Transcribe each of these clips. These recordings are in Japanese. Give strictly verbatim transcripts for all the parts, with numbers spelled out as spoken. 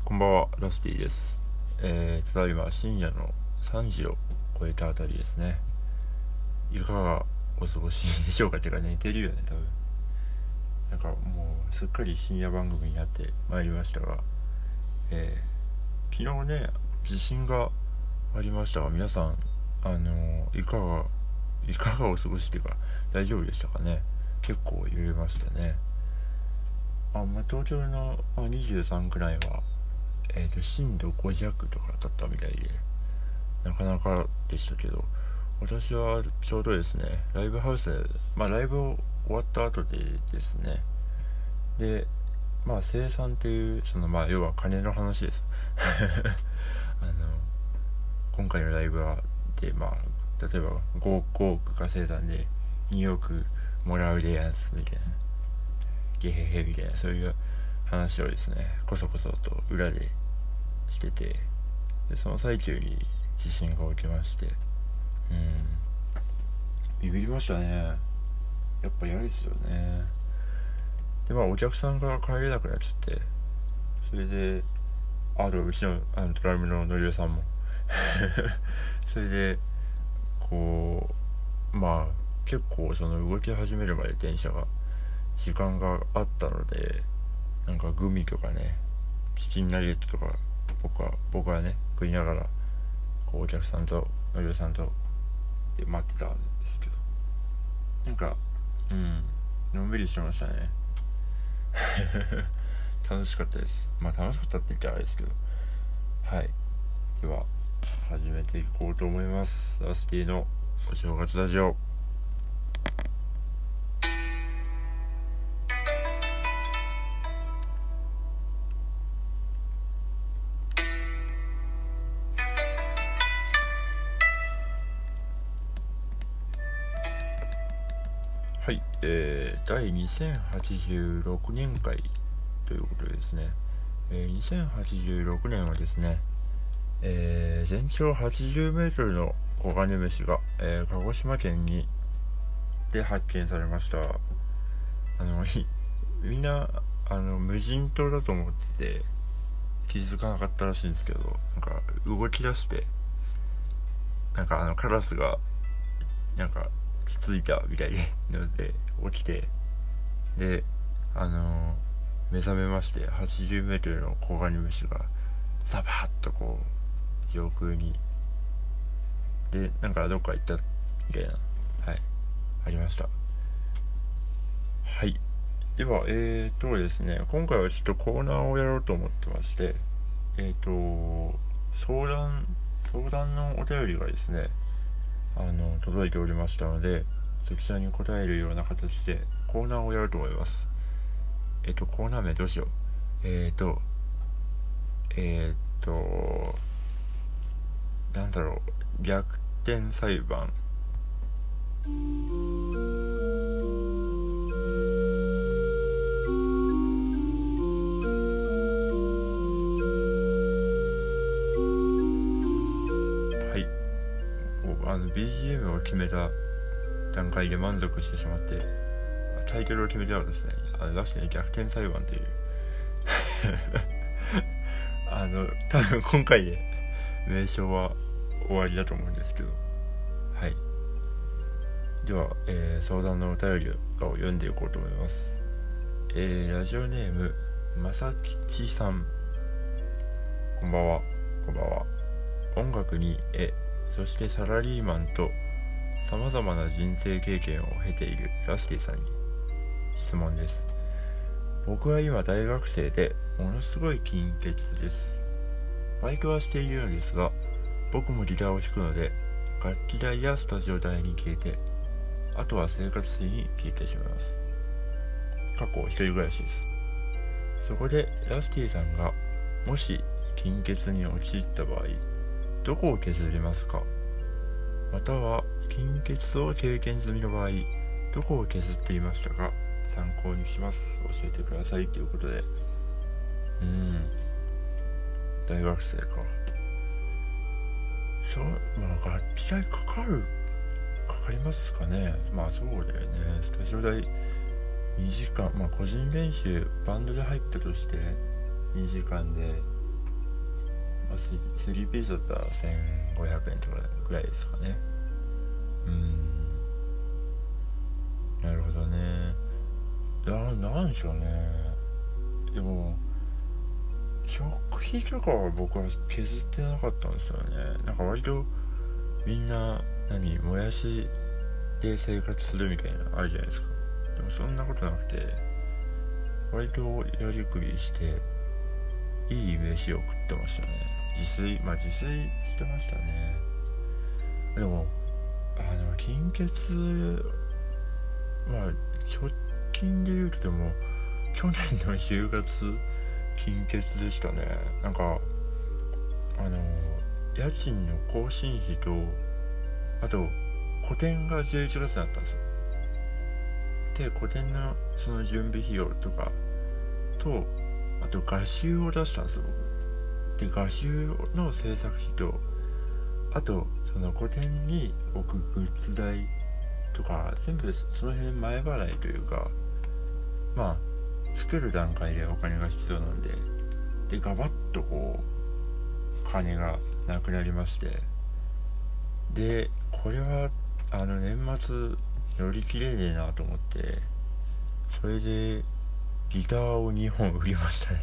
こんばんは、ラスティです。えー、ただいま深夜のさんじを超えたあたりですね。いかがお過ごしでしょうか。てか寝てるよね、多分。なんかもうすっかり深夜番組になってまいりましたが、えー、昨日ね、地震がありましたが、皆さん、あのー、いかが、いかがお過ごしっていうか、大丈夫でしたかね。結構揺れましたね。あ、まあ、東京のにじゅうさんくらいは、えーと、震度ご弱とかだったみたいで、なかなかでしたけど、私はちょうどですね、ライブハウスで、まあライブを終わった後でですね、で、まあ生産っていう、そのまあ要は金の話です。あの、今回のライブは、で、まあ、例えばごおく稼いだんで、におくもらうでやんす、みたいな。ゲヘヘみたいな、そういう話をですね、こそこそと裏でしてて、でその最中に地震が起きまして、うん、ビビりましたね。やっぱ嫌ですよね。で、まあお客さんが帰れなくなっちゃって、それで、あとうちの、あのドラムののりおさんもそれでこう、まあ結構その動き始めるまで電車が時間があったので、なんかグミとかね、チキンナゲットとか僕は僕はね食いながら、こうお客さんとのりおさんとで待ってたんですけど、なんかうんのんびりしてましたね。楽しかったです。まあ楽しかったって言ったらあれですけど、はい。では始めていこうと思います。ラスティのお正月ラジオ。はい、えー、第にせんはちじゅうろくねん会ということでですね、えー、にせんはちじゅうろくねんはですね、えー、全長はちじゅうメートルのコガネムシが、えー、鹿児島県にで発見されました。あのみんなあの無人島だと思ってて気づかなかったらしいんですけど、なんか動き出して、なんかあのカラスがなんかつついたみたいなので起きて、であの目覚めまして、はちじゅうメートルのコガネムシがザバッとこう上空にで、なんかどっか行ったみたいな、はい、ありました。はい。では、えーとですね、今回はちょっとコーナーをやろうと思ってまして、えーと、相談、相談のお便りがですね、あの、届いておりましたので、そちらに答えるような形でコーナーをやろうと思います。えーと、コーナー名どうしよう。えーと、えーと、なんだろう、逆転裁判。あの ビージーエム を決めた段階で満足してしまって、タイトルを決めたらですね、あのラストに逆転裁判というあの多分今回で名称は終わりだと思うんですけど、はい。では、えー、相談のお便りを読んでいこうと思います。えー、ラジオネームまさきちさん、こんばんは。こんばんは。音楽に絵、そしてサラリーマンとさまざまな人生経験を経ているラスティさんに質問です。僕は今大学生でものすごい金欠です。バイトはしているのですが、僕もギターを弾くので楽器代やスタジオ代に消えて、あとは生活費に消えてしまいます。過去一人暮らしです。そこでラスティさんがもし金欠に陥った場合、どこを削りますか？または金欠を経験済みの場合、どこを削っていましたか？参考にします。教えてくださいということで、うーん、大学生か。そう、まあ楽器代かかるかかりますかね。まあそうだよね。スタジオ代にじかん、まあ個人練習バンドで入ったとしてにじかんでまあ、スリーピースだったらせんごひゃくえんとかぐらいですかね。うーん、なるほどね。いや、なんでしょうね。でも食費とかは僕は削ってなかったんですよね。なんか割とみんな何もやしで生活するみたいなあるじゃないですか。でもそんなことなくて、割とやりくりしていい飯を食ってましたね。自炊まあ自炊してましたね。でもあの金欠、まあ直近で言うとでも去年のじゅうがつ金欠でしたね。なんかあの家賃の更新費と、あと個展がじゅういちがつになったんですよ。で個展のその準備費用とかと、あと画集を出したんですよ僕で。画集の制作費と、あとその個展に置くグッズ代とか全部その辺前払いというか、まあ作る段階でお金が必要なんで、でガバッとこう金がなくなりまして、でこれはあの年末乗り切れねえなと思って、それでギターをにほん売りましたね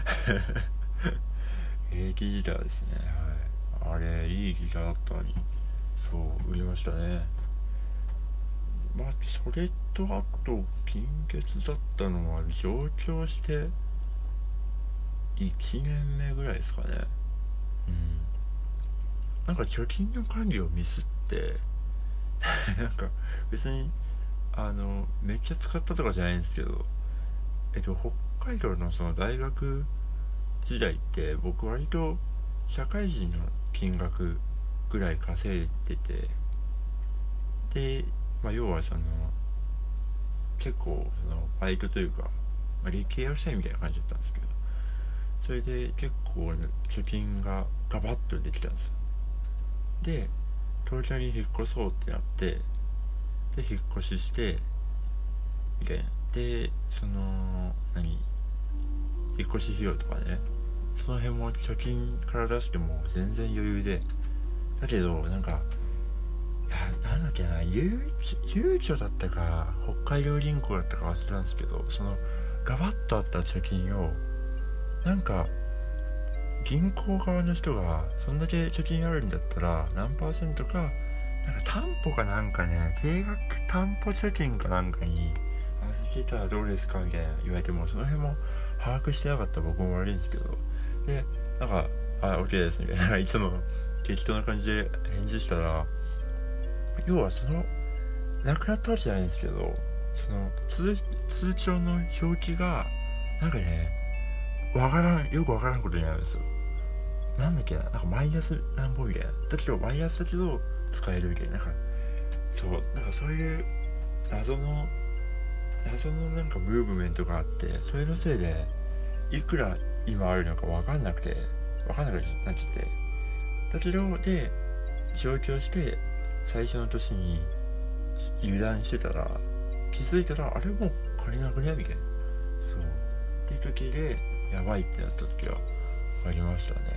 エレキギターですね。はい、あれいいギターだったのに、そう売りましたね。まあそれとあと金欠だったのは上京していちねんめぐらいですかね。うん、なんか貯金の管理をミスってなんか別にあのめっちゃ使ったとかじゃないんですけど、えっと北海道のその大学時代って僕割と社会人の金額ぐらい稼いでて、で、まあ、要はその結構そのバイトというか、まあ、契約社員みたいな感じだったんですけど、それで結構貯金がガバッとできたんですよ。で東京に引っ越そうってなって、で引っ越ししてみたいな、でその何引っ越し費用とかね、その辺も貯金から出しても全然余裕で、だけどなんかいやなんだっけな、ゆうゆうちょだったか北海道銀行だったか忘れたんですけど、そのガバッとあった貯金をなんか銀行側の人がそんだけ貯金あるんだったら何パーセントかなんか担保かなんかね、定額担保貯金かなんかに預けたらどうですかみたいな言われても、その辺も把握してなかった僕も悪いんですけど、でなんかあ OK ですみたいな、いつも適当な感じで返事したら、要はその亡くなったわけじゃないんですけど、その 通, 通帳の表記がなんかねわからんよくわからんことになるんですよ。なんだっけな、なんかマイナスなんぼみたいな、だけどマイナスだけど使えるみたいな、なんかそうなんかそういう謎の謎のなんかムーブメントがあって、それのせいでいくら今あるのかわかんなくてわかんなくなっちゃって、だけどで上京して最初の年に油断してたら気づいたらあれもう金なくねみたいな、そうっていう時でやばいってなった時はありましたね。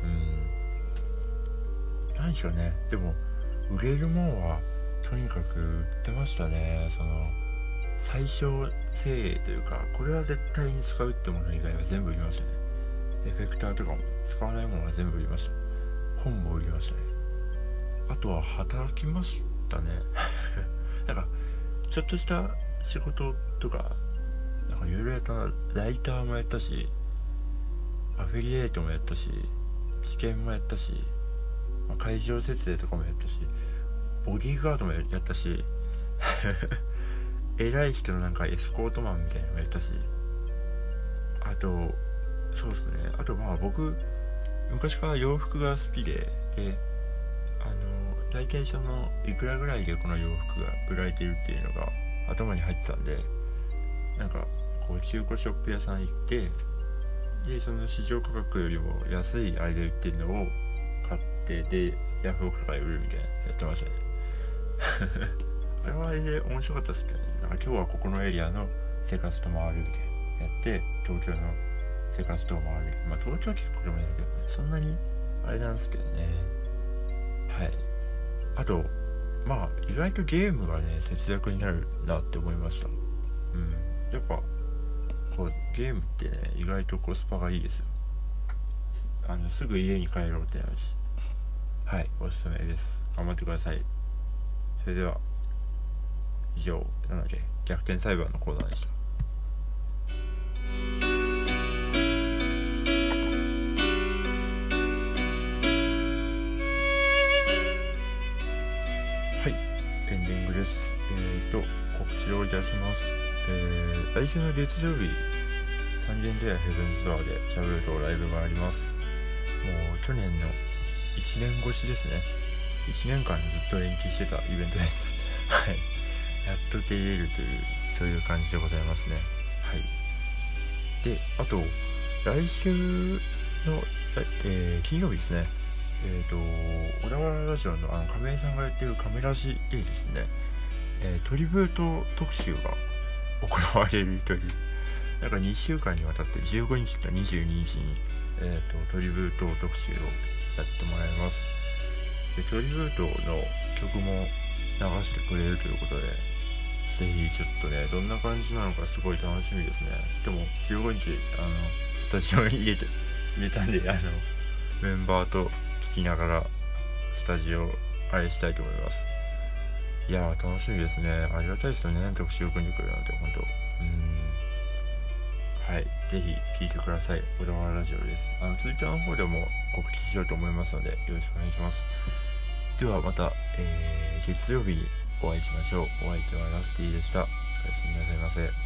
うん、なんでしょうね。でも売れるもんはとにかく売ってましたね。その最小精鋭というか、これは絶対に使うってもの以外は全部売りましたね。エフェクターとかも使わないものは全部売りました。本も売りましたね。あとは働きましたねなんかちょっとした仕事とかなんかいろいろやった、ライターもやったし、アフィリエイトもやったし、試験もやったし、まあ、会場設営とかもやったし、ボディーガードもやったし偉い人のなんかエスコートマンみたいなのもやったし、あとそうですね、あとまあ僕昔から洋服が好きで、であの大体そのいくらぐらいでこの洋服が売られているっていうのが頭に入ってたんで、なんかこう中古ショップ屋さん行って、でその市場価格よりも安い間売ってるのを買って、でヤフオクとかで売るみたいなやってましたねあれはあれで面白かったですけどね。なんか今日はここのエリアの生活と回るみたいなやって、東京の生活と回る、まあ東京は結構でもいいけどそんなにあれなんですけどね。はい。あとまあ意外とゲームがね節約になるなって思いました。うん。やっぱこうゲームってね意外とコスパがいいですよ。あのすぐ家に帰ろうってなるし。はい、おすすめです。頑張ってください。それでは以上、なんだっけ、逆転裁判のコーナーでした。はい、エンディングです。えーと告知をいたします。えー、来週の月曜日、三軒茶屋ヘブンズドアでシャブルとライブがあります。もう去年のいちねん越しですね。いちねんかんずっと延期してたイベントです。はい。やっと出れるという、そういう感じでございますね。はい。で、あと、来週の、えー、金曜日ですね。えっ、ー、と、小田原ラジオのあの亀井さんがやってるカメラジでですね、えー、トリブート特集が行われるという、なんかにしゅうかんにわたってじゅうごにちとにじゅうににちに、えー、とトリブート特集をやってもらいます。でトリブートの曲も流してくれるということで、ぜひちょっとねどんな感じなのかすごい楽しみですね。でもじゅうごにちあのスタジオに入れて入れたんで、あのメンバーと聴きながらスタジオあれしたいと思います。いやー楽しみですね。ありがたいですよね、特集組んでくれるなんて。本当うーんはい、ぜひ聴いてください。小田原ラジオです。あのツイッターの方でも告知しようと思いますのでよろしくお願いします。ではまた、えー、月曜日にお会いしましょう。お相手はラスティでした。おやすみなさいませ。